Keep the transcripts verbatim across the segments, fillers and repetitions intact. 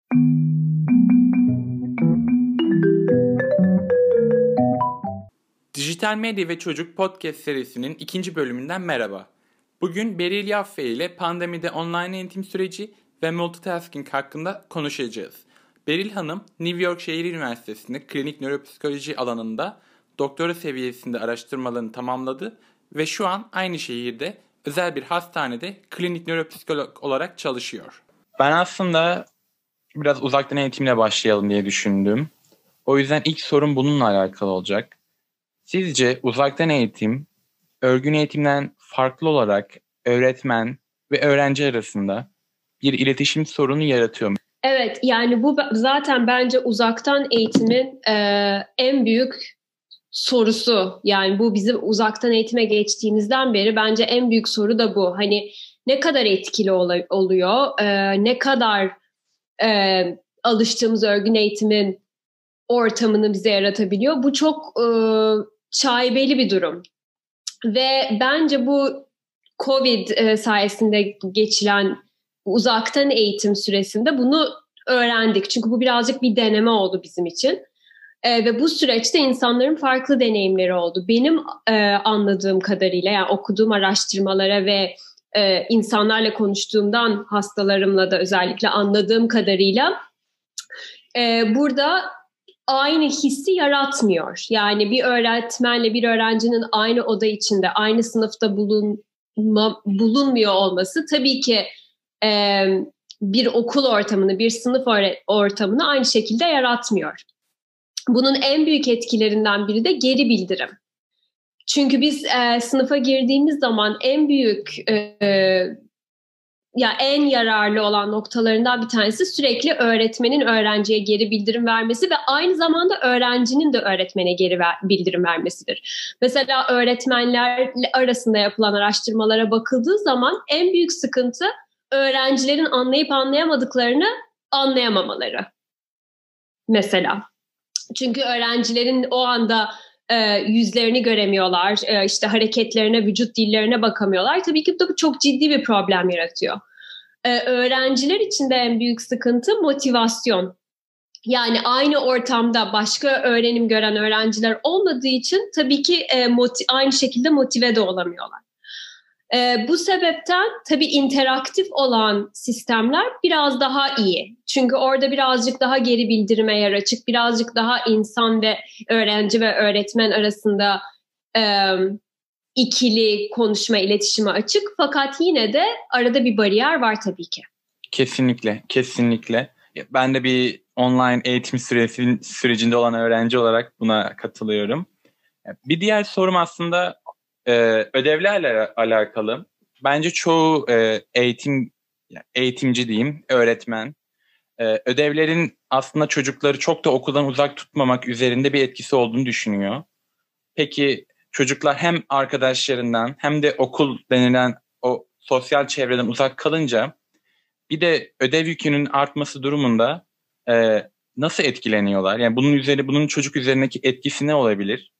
Dijital Medya ve Çocuk Podcast serisinin ikinci bölümünden merhaba. Bugün Beril Yaffe ile pandemide online eğitim süreci ve multitasking hakkında konuşacağız. Beril Hanım, New York Şehir Üniversitesi'nde klinik nöropsikoloji alanında doktora seviyesinde araştırmalarını tamamladı ve şu an aynı şehirde özel bir hastanede klinik nöropsikolog olarak çalışıyor. Ben aslında biraz uzaktan eğitimle başlayalım diye düşündüm. O yüzden ilk sorum bununla alakalı olacak. Sizce uzaktan eğitim, örgün eğitimden farklı olarak öğretmen ve öğrenci arasında bir iletişim sorunu yaratıyor mu? Evet, yani bu zaten bence uzaktan eğitimin e, en büyük sorusu. Yani bu bizim uzaktan eğitime geçtiğimizden beri bence en büyük soru da bu. Hani ne kadar etkili ol- oluyor, e, ne kadar e, alıştığımız örgün eğitimin ortamını bize yaratabiliyor. Bu çok e, şaibeli bir durum. Ve bence bu Covid e, sayesinde geçilen uzaktan eğitim süresinde bunu öğrendik. Çünkü bu birazcık bir deneme oldu bizim için. E, ve bu süreçte insanların farklı deneyimleri oldu. Benim e, anladığım kadarıyla, yani okuduğum araştırmalara ve e, insanlarla konuştuğumdan, hastalarımla da özellikle anladığım kadarıyla e, burada aynı hissi yaratmıyor. Yani bir öğretmenle bir öğrencinin aynı oda içinde, aynı sınıfta bulunma, bulunmuyor olması tabii ki e, bir okul ortamını, bir sınıf ortamını aynı şekilde yaratmıyor. Bunun en büyük etkilerinden biri de geri bildirim. Çünkü biz e, sınıfa girdiğimiz zaman en büyük, e, ya en yararlı olan noktalarından bir tanesi sürekli öğretmenin öğrenciye geri bildirim vermesi ve aynı zamanda öğrencinin de öğretmene geri ver, bildirim vermesidir. Mesela öğretmenler arasında yapılan araştırmalara bakıldığı zaman en büyük sıkıntı öğrencilerin anlayıp anlayamadıklarını anlayamamaları. Mesela. Çünkü öğrencilerin o anda e, yüzlerini göremiyorlar, e, işte hareketlerine, vücut dillerine bakamıyorlar. Tabii ki bu çok ciddi bir problem yaratıyor. E, öğrenciler için de en büyük sıkıntı motivasyon. Yani aynı ortamda başka öğrenim gören öğrenciler olmadığı için tabii ki e, moti- aynı şekilde motive de olamıyorlar. Ee, bu sebepten tabii interaktif olan sistemler biraz daha iyi. Çünkü orada birazcık daha geri bildirime yer açık, birazcık daha insan ve öğrenci ve öğretmen arasında e, ikili konuşma, iletişime açık. Fakat yine de arada bir bariyer var tabii ki. Kesinlikle, kesinlikle. Ben de bir online eğitim süresi, sürecinde olan öğrenci olarak buna katılıyorum. Bir diğer sorum aslında e, ödevlerle alakalı. Bence çoğu e, eğitim eğitimci diyeyim, öğretmen e, ödevlerin aslında çocukları çok da okuldan uzak tutmamak üzerinde bir etkisi olduğunu düşünüyor. Peki çocuklar hem arkadaşlarından hem de okul denilen o sosyal çevreden uzak kalınca bir de ödev yükünün artması durumunda e, nasıl etkileniyorlar? Yani bunun üzerine, bunun çocuk üzerindeki etkisi ne olabilir?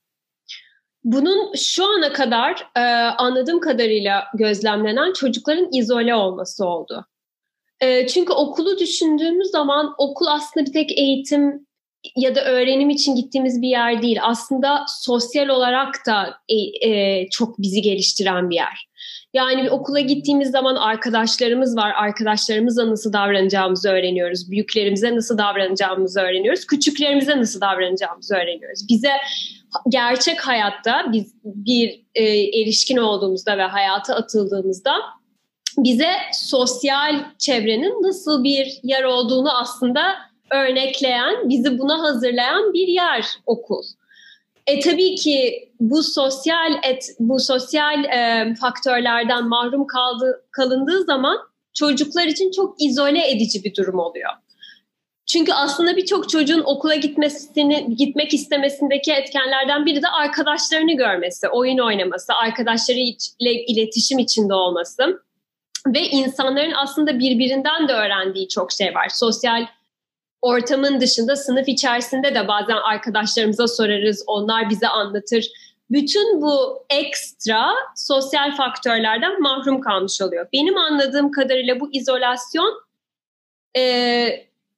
Bunun şu ana kadar e, anladığım kadarıyla gözlemlenen çocukların izole olması oldu. E, çünkü okulu düşündüğümüz zaman okul aslında bir tek eğitim ya da öğrenim için gittiğimiz bir yer değil. Aslında sosyal olarak da e, e, çok bizi geliştiren bir yer. Yani bir okula gittiğimiz zaman arkadaşlarımız var. Arkadaşlarımızla nasıl davranacağımızı öğreniyoruz. Büyüklerimize nasıl davranacağımızı öğreniyoruz. Küçüklerimize nasıl davranacağımızı öğreniyoruz. Bize gerçek hayatta biz bir e, erişkin olduğumuzda ve hayata atıldığımızda bize sosyal çevrenin nasıl bir yer olduğunu aslında örnekleyen, bizi buna hazırlayan bir yer okul. E tabii ki bu sosyal et, bu sosyal e, faktörlerden mahrum kaldı, kalındığı zaman çocuklar için çok izole edici bir durum oluyor. Çünkü aslında birçok çocuğun okula gitmesini, gitmek istemesindeki etkenlerden biri de arkadaşlarını görmesi, oyun oynaması, arkadaşlarıyla iletişim içinde olması ve insanların aslında birbirinden de öğrendiği çok şey var. Sosyal ortamın dışında sınıf içerisinde de bazen arkadaşlarımıza sorarız, onlar bize anlatır. Bütün bu ekstra sosyal faktörlerden mahrum kalmış oluyor. Benim anladığım kadarıyla bu izolasyon e,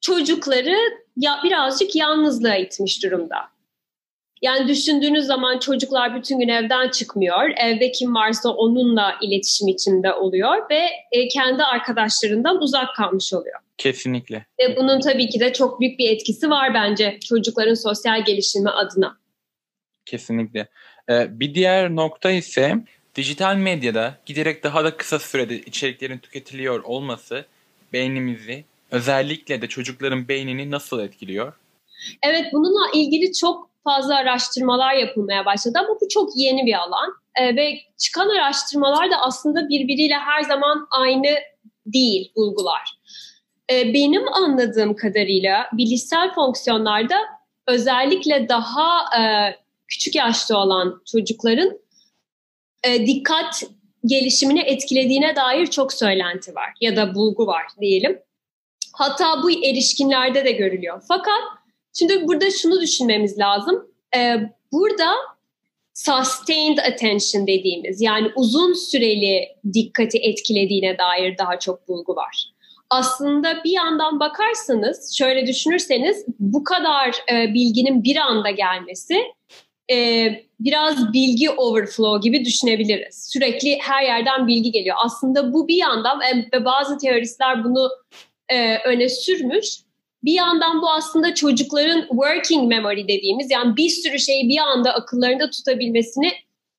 çocukları ya birazcık yalnızlığa itmiş durumda. Yani düşündüğünüz zaman çocuklar bütün gün evden çıkmıyor. Evde kim varsa onunla iletişim içinde oluyor ve e, kendi arkadaşlarından uzak kalmış oluyor. Kesinlikle. Ve bunun tabii ki de çok büyük bir etkisi var bence çocukların sosyal gelişimi adına. Kesinlikle. Ee, bir diğer nokta ise dijital medyada giderek daha da kısa sürede içeriklerin tüketiliyor olması beynimizi, özellikle de çocukların beynini nasıl etkiliyor? Evet, bununla ilgili çok fazla araştırmalar yapılmaya başladı ama bu çok yeni bir alan. Ee, ve çıkan araştırmalar da aslında birbiriyle her zaman aynı değil bulgular. Ee, benim anladığım kadarıyla bilişsel fonksiyonlarda özellikle daha e, küçük yaşta olan çocukların e, dikkat gelişimini etkilediğine dair çok söylenti var ya da bulgu var diyelim. Hatta bu erişkinlerde de görülüyor. Fakat şimdi burada şunu düşünmemiz lazım. Ee, burada sustained attention dediğimiz, yani uzun süreli dikkati etkilediğine dair daha çok bulgu var. Aslında bir yandan bakarsanız, şöyle düşünürseniz bu kadar e, bilginin bir anda gelmesi e, biraz bilgi overflow gibi düşünebiliriz. Sürekli her yerden bilgi geliyor. Aslında bu bir yandan ve bazı teoristler bunu e, öne sürmüş. Bir yandan bu aslında çocukların working memory dediğimiz, yani bir sürü şeyi bir anda akıllarında tutabilmesini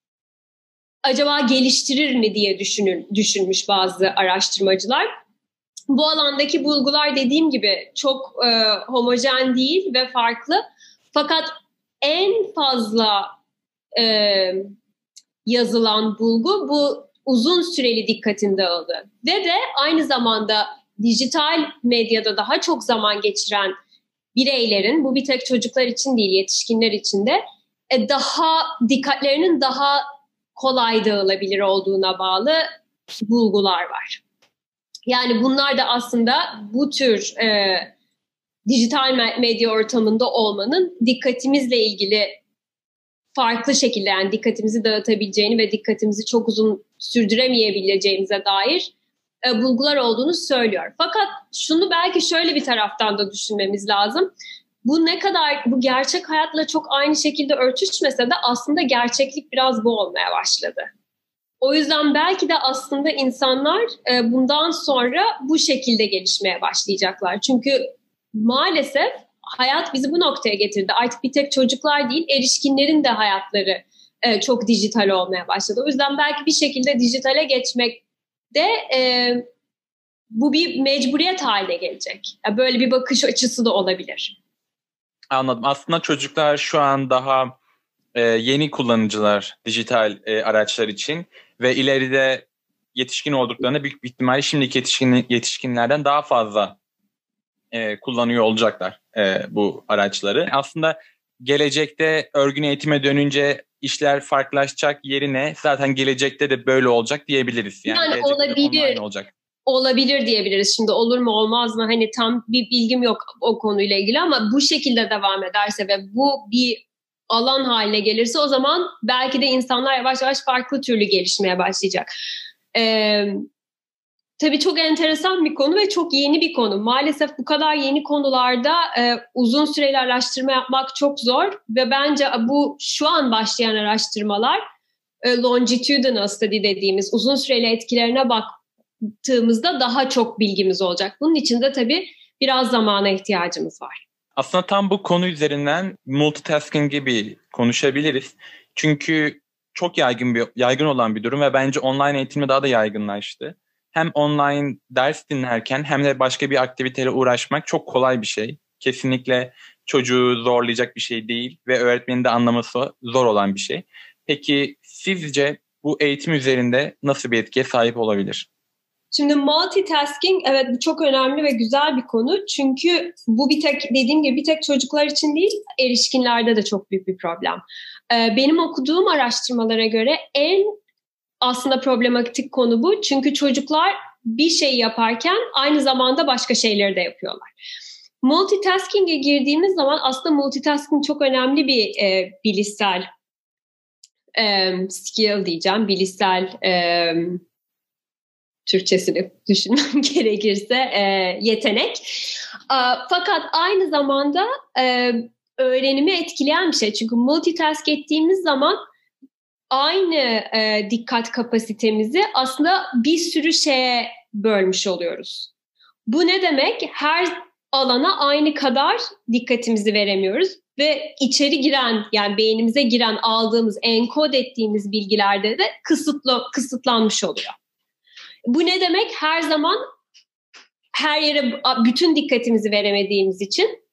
acaba geliştirir mi diye düşünün, düşünmüş bazı araştırmacılar. Bu alandaki bulgular dediğim gibi çok e, homojen değil ve farklı. Fakat en fazla e, yazılan bulgu bu uzun süreli dikkatin dağıldığı. Ve de aynı zamanda dijital medyada daha çok zaman geçiren bireylerin, bu bir tek çocuklar için değil, yetişkinler için de e, daha dikkatlerinin daha kolay dağılabilir olduğuna bağlı bulgular var. Yani bunlar da aslında bu tür e, dijital medya ortamında olmanın dikkatimizle ilgili farklı şekilde, yani dikkatimizi dağıtabileceğini ve dikkatimizi çok uzun sürdüremeyebileceğimize dair e, bulgular olduğunu söylüyor. Fakat şunu belki şöyle bir taraftan da düşünmemiz lazım. Bu ne kadar bu gerçek hayatla çok aynı şekilde örtüşmese de aslında gerçeklik biraz bu olmaya başladı. O yüzden belki de aslında insanlar e, bundan sonra bu şekilde gelişmeye başlayacaklar. Çünkü maalesef hayat bizi bu noktaya getirdi. Artık bir tek çocuklar değil, erişkinlerin de hayatları e, çok dijital olmaya başladı. O yüzden belki bir şekilde dijitale geçmek de e, bu bir mecburiyet haline gelecek. Yani böyle bir bakış açısı da olabilir. Anladım. Aslında çocuklar şu an daha e, yeni kullanıcılar dijital e, araçlar için ve ileride yetişkin olduklarında büyük bir ihtimalle şimdiki yetişkin, yetişkinlerden daha fazla e, kullanıyor olacaklar e, bu araçları. Aslında gelecekte örgün eğitime dönünce işler farklılaşacak yerine zaten gelecekte de böyle olacak diyebiliriz. Yani, yani olabilir. Olacak. Olabilir diyebiliriz. Şimdi olur mu olmaz mı? Hani tam bir bilgim yok o konuyla ilgili ama bu şekilde devam ederse ve bu bir alan haline gelirse o zaman belki de insanlar yavaş yavaş farklı türlü gelişmeye başlayacak. Ee, tabii çok enteresan bir konu ve çok yeni bir konu. Maalesef bu kadar yeni konularda e, uzun süreli araştırma yapmak çok zor ve bence bu şu an başlayan araştırmalar e, longitudinal study dediğimiz uzun süreli etkilerine baktığımızda daha çok bilgimiz olacak. Bunun için de tabii biraz zamana ihtiyacımız var. Aslında tam bu konu üzerinden multitasking gibi konuşabiliriz. Çünkü çok yaygın bir yaygın olan bir durum ve bence online eğitimde daha da yaygınlaştı. Hem online ders dinlerken hem de başka bir aktiviteyle uğraşmak çok kolay bir şey. Kesinlikle çocuğu zorlayacak bir şey değil ve öğretmenin de anlaması zor olan bir şey. Peki sizce bu eğitim üzerinde nasıl bir etkiye sahip olabilir? Şimdi multitasking, evet, bu çok önemli ve güzel bir konu. Çünkü bu bir tek, dediğim gibi bir tek çocuklar için değil, erişkinlerde de çok büyük bir problem. Ee, benim okuduğum araştırmalara göre en aslında problematik konu bu. Çünkü çocuklar bir şey yaparken aynı zamanda başka şeyleri de yapıyorlar. Multitasking'e girdiğimiz zaman aslında multitasking çok önemli bir e, bilişsel e, skill diyeceğim, bilişsel e, Türkçesini düşünmem gerekirse e, yetenek. Fakat aynı zamanda e, öğrenimi etkileyen bir şey. Çünkü multitask ettiğimiz zaman aynı e, dikkat kapasitemizi aslında bir sürü şeye bölmüş oluyoruz. Bu ne demek? Her alana aynı kadar dikkatimizi veremiyoruz ve içeri giren, yani beynimize giren, aldığımız, enkod ettiğimiz bilgilerde de kısıtlı, kısıtlanmış oluyor. Bu ne demek? Her zaman her yere bütün dikkatimizi veremediğimiz için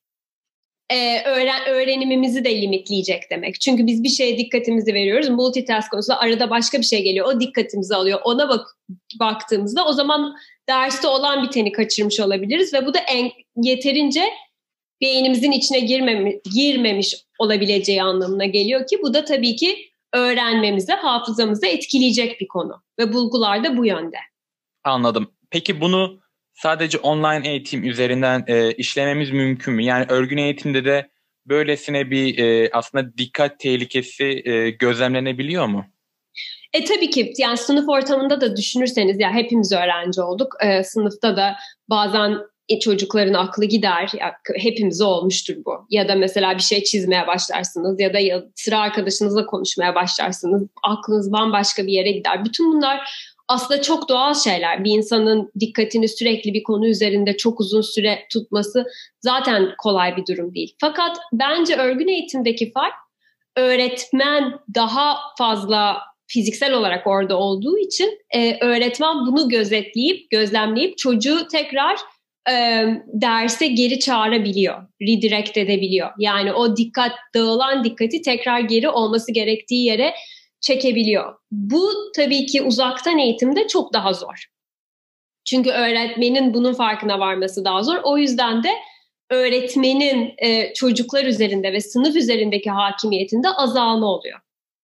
e, öğren, öğrenimimizi de limitleyecek demek. Çünkü biz bir şeye dikkatimizi veriyoruz. Multitask konusunda arada başka bir şey geliyor. O dikkatimizi alıyor. Ona bak, baktığımızda o zaman derste olan biteni kaçırmış olabiliriz ve bu da en, yeterince beynimizin içine girmemiş, girmemiş olabileceği anlamına geliyor ki bu da tabii ki öğrenmemizi, hafızamızı etkileyecek bir konu. Ve bulgular da bu yönde. Anladım. Peki bunu sadece online eğitim üzerinden e, işlememiz mümkün mü? Yani örgün eğitimde de böylesine bir e, aslında dikkat tehlikesi e, gözlemlenebiliyor mu? E tabii ki yani sınıf ortamında da düşünürseniz ya hepimiz öğrenci olduk. E, sınıfta da bazen çocukların aklı gider. Ya, hepimize olmuştur bu. Ya da mesela bir şey çizmeye başlarsınız ya da ya, sıra arkadaşınızla konuşmaya başlarsınız. Aklınız bambaşka bir yere gider. Bütün bunlar aslında çok doğal şeyler. Bir insanın dikkatini sürekli bir konu üzerinde çok uzun süre tutması zaten kolay bir durum değil. Fakat bence örgün eğitimdeki fark öğretmen daha fazla fiziksel olarak orada olduğu için e, öğretmen bunu gözetleyip, gözlemleyip çocuğu tekrar e, derse geri çağırabiliyor, redirect edebiliyor. Yani o dikkat, dağılan dikkati tekrar geri olması gerektiği yere çekebiliyor. Bu tabii ki uzaktan eğitimde çok daha zor. Çünkü öğretmenin bunun farkına varması daha zor. O yüzden de öğretmenin e, çocuklar üzerinde ve sınıf üzerindeki hakimiyetinde azalma oluyor.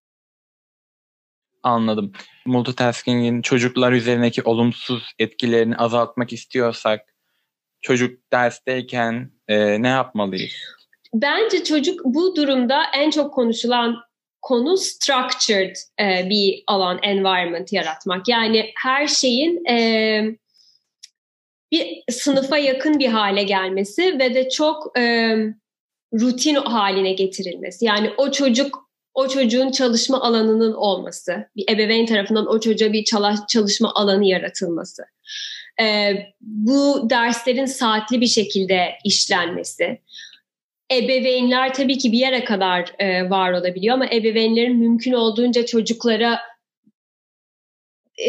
Anladım. Multitasking'in çocuklar üzerindeki olumsuz etkilerini azaltmak istiyorsak çocuk dersteyken e, ne yapmalıyız? Bence çocuk bu durumda en çok konuşulan konu structured e, bir alan, environment yaratmak. Yani her şeyin e, bir sınıfa yakın bir hale gelmesi ve de çok e, rutin haline getirilmesi. Yani o çocuk, o çocuğun çalışma alanının olması, bir ebeveyn tarafından o çocuğa bir çalışma alanı yaratılması. E, bu derslerin saatli bir şekilde işlenmesi. Ebeveynler tabii ki bir yere kadar e, var olabiliyor ama ebeveynlerin mümkün olduğunca çocuklara e,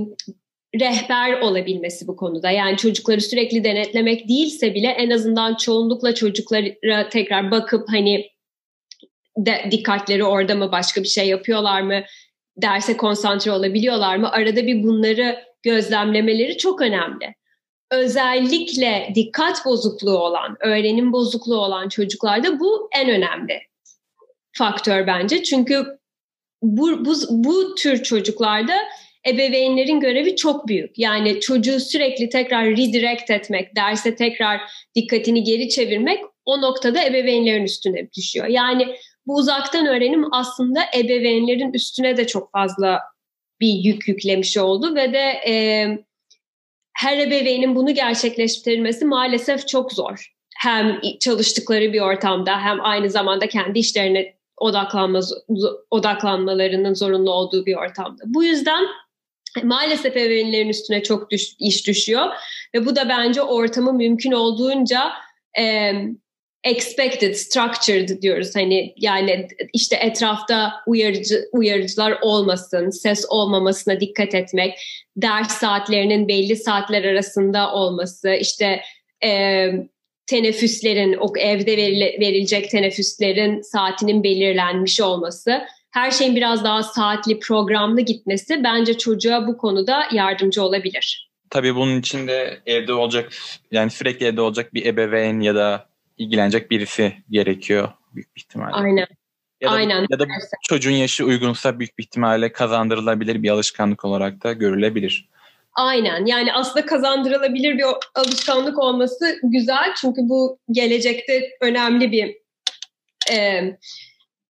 rehber olabilmesi bu konuda. Yani çocukları sürekli denetlemek değilse bile en azından çoğunlukla çocuklara tekrar bakıp hani de, dikkatleri orada mı, başka bir şey yapıyorlar mı, derse konsantre olabiliyorlar mı? Arada bir bunları gözlemlemeleri çok önemli. Özellikle dikkat bozukluğu olan, öğrenim bozukluğu olan çocuklarda bu en önemli faktör bence. Çünkü bu, bu, bu tür çocuklarda ebeveynlerin görevi çok büyük. Yani çocuğu sürekli tekrar redirect etmek, derse tekrar dikkatini geri çevirmek o noktada ebeveynlerin üstüne düşüyor. Yani bu uzaktan öğrenim aslında ebeveynlerin üstüne de çok fazla bir yük yüklemiş oldu ve de e, her ebeveynin bunu gerçekleştirmesi maalesef çok zor. Hem çalıştıkları bir ortamda hem aynı zamanda kendi işlerine odaklanma, odaklanmalarının zorunlu olduğu bir ortamda. Bu yüzden maalesef ebeveynlerin üstüne çok düş, iş düşüyor ve bu da bence ortamı mümkün olduğunca e, expected, structured diyoruz. Hani yani işte etrafta uyarıcı uyarıcılar olmasın, ses olmamasına dikkat etmek, ders saatlerinin belli saatler arasında olması, işte e, teneffüslerin, o evde verile, verilecek teneffüslerin saatinin belirlenmiş olması, her şeyin biraz daha saatli, programlı gitmesi bence çocuğa bu konuda yardımcı olabilir. Tabii bunun için de evde olacak, yani sürekli evde olacak bir ebeveyn ya da ilgilenecek birisi gerekiyor büyük bir ihtimalle. Aynen. Ya da, Aynen. ya da çocuğun yaşı uygunsa büyük bir ihtimalle kazandırılabilir bir alışkanlık olarak da görülebilir. Aynen. Yani aslında kazandırılabilir bir alışkanlık olması güzel. Çünkü bu gelecekte önemli bir e,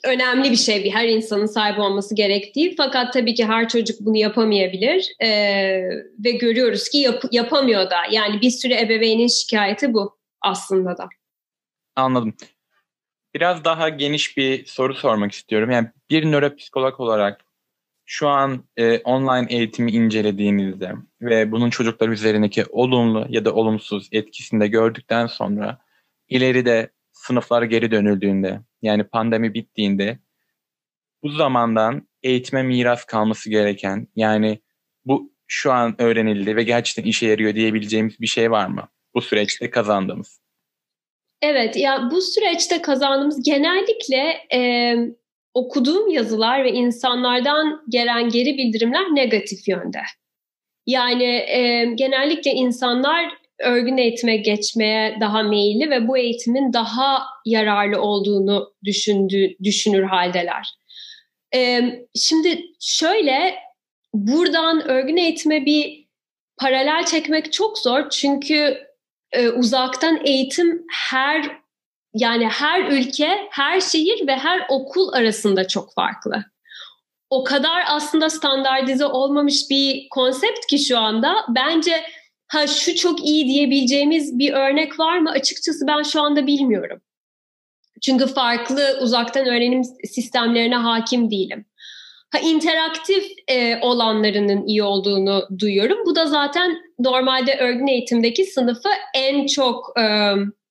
önemli bir şey, bir her insanın sahip olması gerektiği. Fakat tabii ki her çocuk bunu yapamayabilir ee, ve görüyoruz ki yap- yapamıyor da. Yani bir sürü ebeveynin şikayeti bu aslında da. Anladım. Biraz daha geniş bir soru sormak istiyorum. Yani bir nöropsikolog olarak şu an e, online eğitimi incelediğinizde ve bunun çocuklar üzerindeki olumlu ya da olumsuz etkisini de gördükten sonra ileride sınıflar geri dönüldüğünde, yani pandemi bittiğinde bu zamandan eğitime miras kalması gereken, yani bu şu an öğrenildi ve gerçekten işe yarıyor diyebileceğimiz bir şey var mı? Bu süreçte kazandığımız. Evet, ya bu süreçte kazandığımız genellikle e, okuduğum yazılar ve insanlardan gelen geri bildirimler negatif yönde. Yani e, genellikle insanlar örgün eğitime geçmeye daha meyilli ve bu eğitimin daha yararlı olduğunu düşündü, düşünür haldeler. E, şimdi şöyle, buradan örgün eğitime bir paralel çekmek çok zor çünkü e, uzaktan eğitim her yani her ülke, her şehir ve her okul arasında çok farklı. O kadar aslında standartize olmamış bir konsept ki şu anda. Bence ha şu çok iyi diyebileceğimiz bir örnek var mı? Açıkçası ben şu anda bilmiyorum. Çünkü farklı uzaktan öğrenim sistemlerine hakim değilim. Ha, interaktif e, olanlarının iyi olduğunu duyuyorum. Bu da zaten normalde örgün eğitimdeki sınıfı en çok e,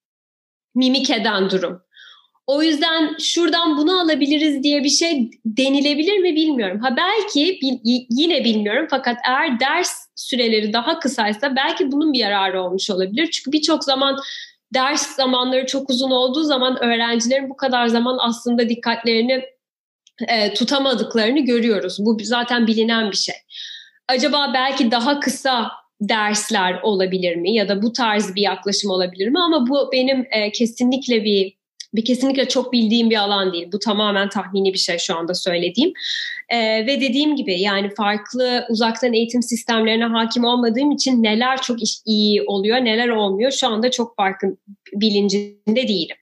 mimik eden durum. O yüzden şuradan bunu alabiliriz diye bir şey denilebilir mi bilmiyorum. Ha belki bil, yine bilmiyorum fakat eğer ders süreleri daha kısaysa belki bunun bir yararı olmuş olabilir. Çünkü birçok zaman ders zamanları çok uzun olduğu zaman öğrencilerin bu kadar zaman aslında dikkatlerini e, tutamadıklarını görüyoruz. Bu zaten bilinen bir şey. Acaba belki daha kısa dersler olabilir mi ya da bu tarz bir yaklaşım olabilir mi? Ama bu benim e, kesinlikle bir bir kesinlikle çok bildiğim bir alan değil. Bu tamamen tahmini bir şey şu anda söylediğim. Ee, ve dediğim gibi yani farklı uzaktan eğitim sistemlerine hakim olmadığım için neler çok iş, iyi oluyor, neler olmuyor şu anda çok farkın bilincinde değilim.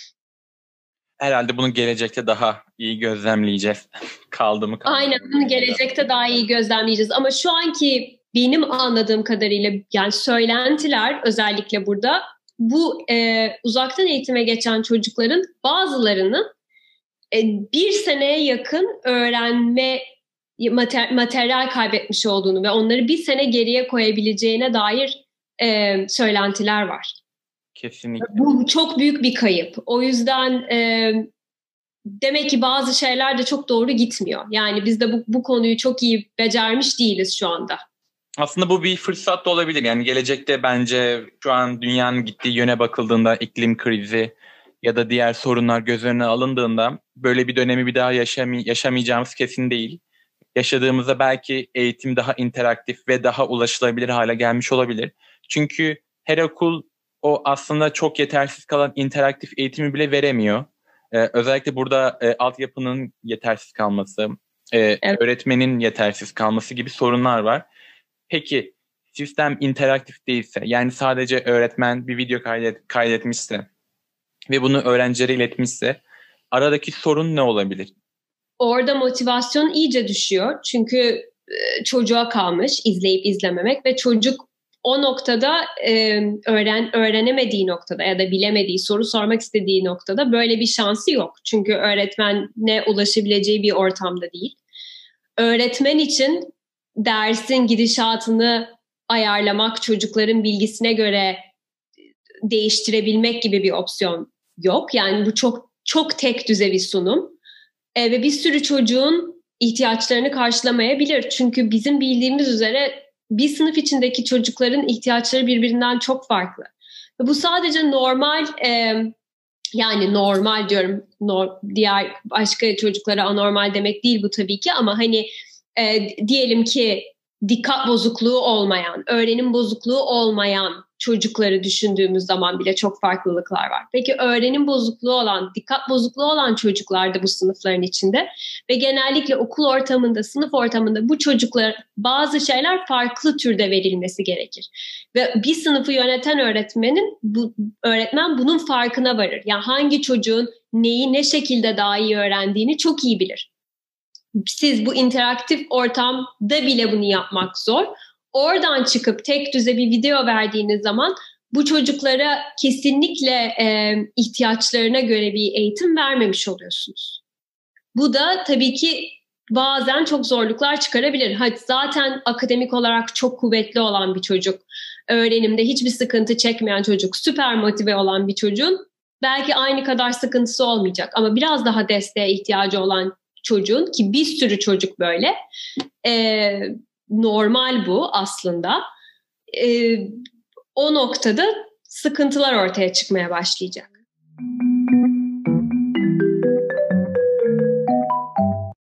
Herhalde bunu gelecekte daha iyi gözlemleyeceğiz. Kaldı mı kaldı. Aynen, bunu gelecekte daha iyi gözlemleyeceğiz. Ama şu anki benim anladığım kadarıyla yani söylentiler özellikle burada bu e, uzaktan eğitime geçen çocukların bazılarının e, bir seneye yakın öğrenme mater, materyal kaybetmiş olduğunu ve onları bir sene geriye koyabileceğine dair e, söylentiler var. Kesinlikle. Bu çok büyük bir kayıp. O yüzden e, demek ki bazı şeyler de çok doğru gitmiyor. Yani biz de bu, bu konuyu çok iyi becermiş değiliz şu anda. Aslında bu bir fırsat da olabilir. Yani gelecekte bence şu an dünyanın gittiği yöne bakıldığında iklim krizi ya da diğer sorunlar göz önüne alındığında böyle bir dönemi bir daha yaşamay- yaşamayacağımız kesin değil. Yaşadığımızda belki eğitim daha interaktif ve daha ulaşılabilir hale gelmiş olabilir. Çünkü her okul o aslında çok yetersiz kalan interaktif eğitimi bile veremiyor. Ee, özellikle burada e, altyapının yetersiz kalması, e, evet. öğretmenin yetersiz kalması gibi sorunlar var. Peki sistem interaktif değilse, yani sadece öğretmen bir video kaydet, kaydetmişse ve bunu öğrencilere iletmişse aradaki sorun ne olabilir? Orada motivasyon iyice düşüyor. Çünkü e, çocuğa kalmış izleyip izlememek ve çocuk o noktada e, öğren öğrenemediği noktada ya da bilemediği, soru sormak istediği noktada böyle bir şansı yok. Çünkü öğretmene ulaşabileceği bir ortamda değil. Öğretmen için dersin gidişatını ayarlamak, çocukların bilgisine göre değiştirebilmek gibi bir opsiyon yok. Yani bu çok çok tek düze bir sunum. E, ve bir sürü çocuğun ihtiyaçlarını karşılamayabilir. Çünkü bizim bildiğimiz üzere bir sınıf içindeki çocukların ihtiyaçları birbirinden çok farklı. Ve bu sadece normal e, yani normal diyorum nor, diğer başka çocuklara anormal demek değil bu tabii ki ama hani e, diyelim ki dikkat bozukluğu olmayan, öğrenim bozukluğu olmayan çocukları düşündüğümüz zaman bile çok farklılıklar var. Peki öğrenim bozukluğu olan, dikkat bozukluğu olan çocuklar da bu sınıfların içinde ve genellikle okul ortamında, sınıf ortamında bu çocuklara bazı şeyler farklı türde verilmesi gerekir. Ve bir sınıfı yöneten öğretmenin, bu, öğretmen bunun farkına varır. Yani hangi çocuğun neyi ne şekilde daha iyi öğrendiğini çok iyi bilir. Siz bu interaktif ortamda bile bunu yapmak zor. Oradan çıkıp tek düze bir video verdiğiniz zaman bu çocuklara kesinlikle e, ihtiyaçlarına göre bir eğitim vermemiş oluyorsunuz. Bu da tabii ki bazen çok zorluklar çıkarabilir. Hadi zaten akademik olarak çok kuvvetli olan bir çocuk, öğrenimde hiçbir sıkıntı çekmeyen çocuk, süper motive olan bir çocuğun belki aynı kadar sıkıntısı olmayacak. Ama biraz daha desteğe ihtiyacı olan çocuğun, ki bir sürü çocuk böyle, e, normal bu aslında, e, o noktada sıkıntılar ortaya çıkmaya başlayacak.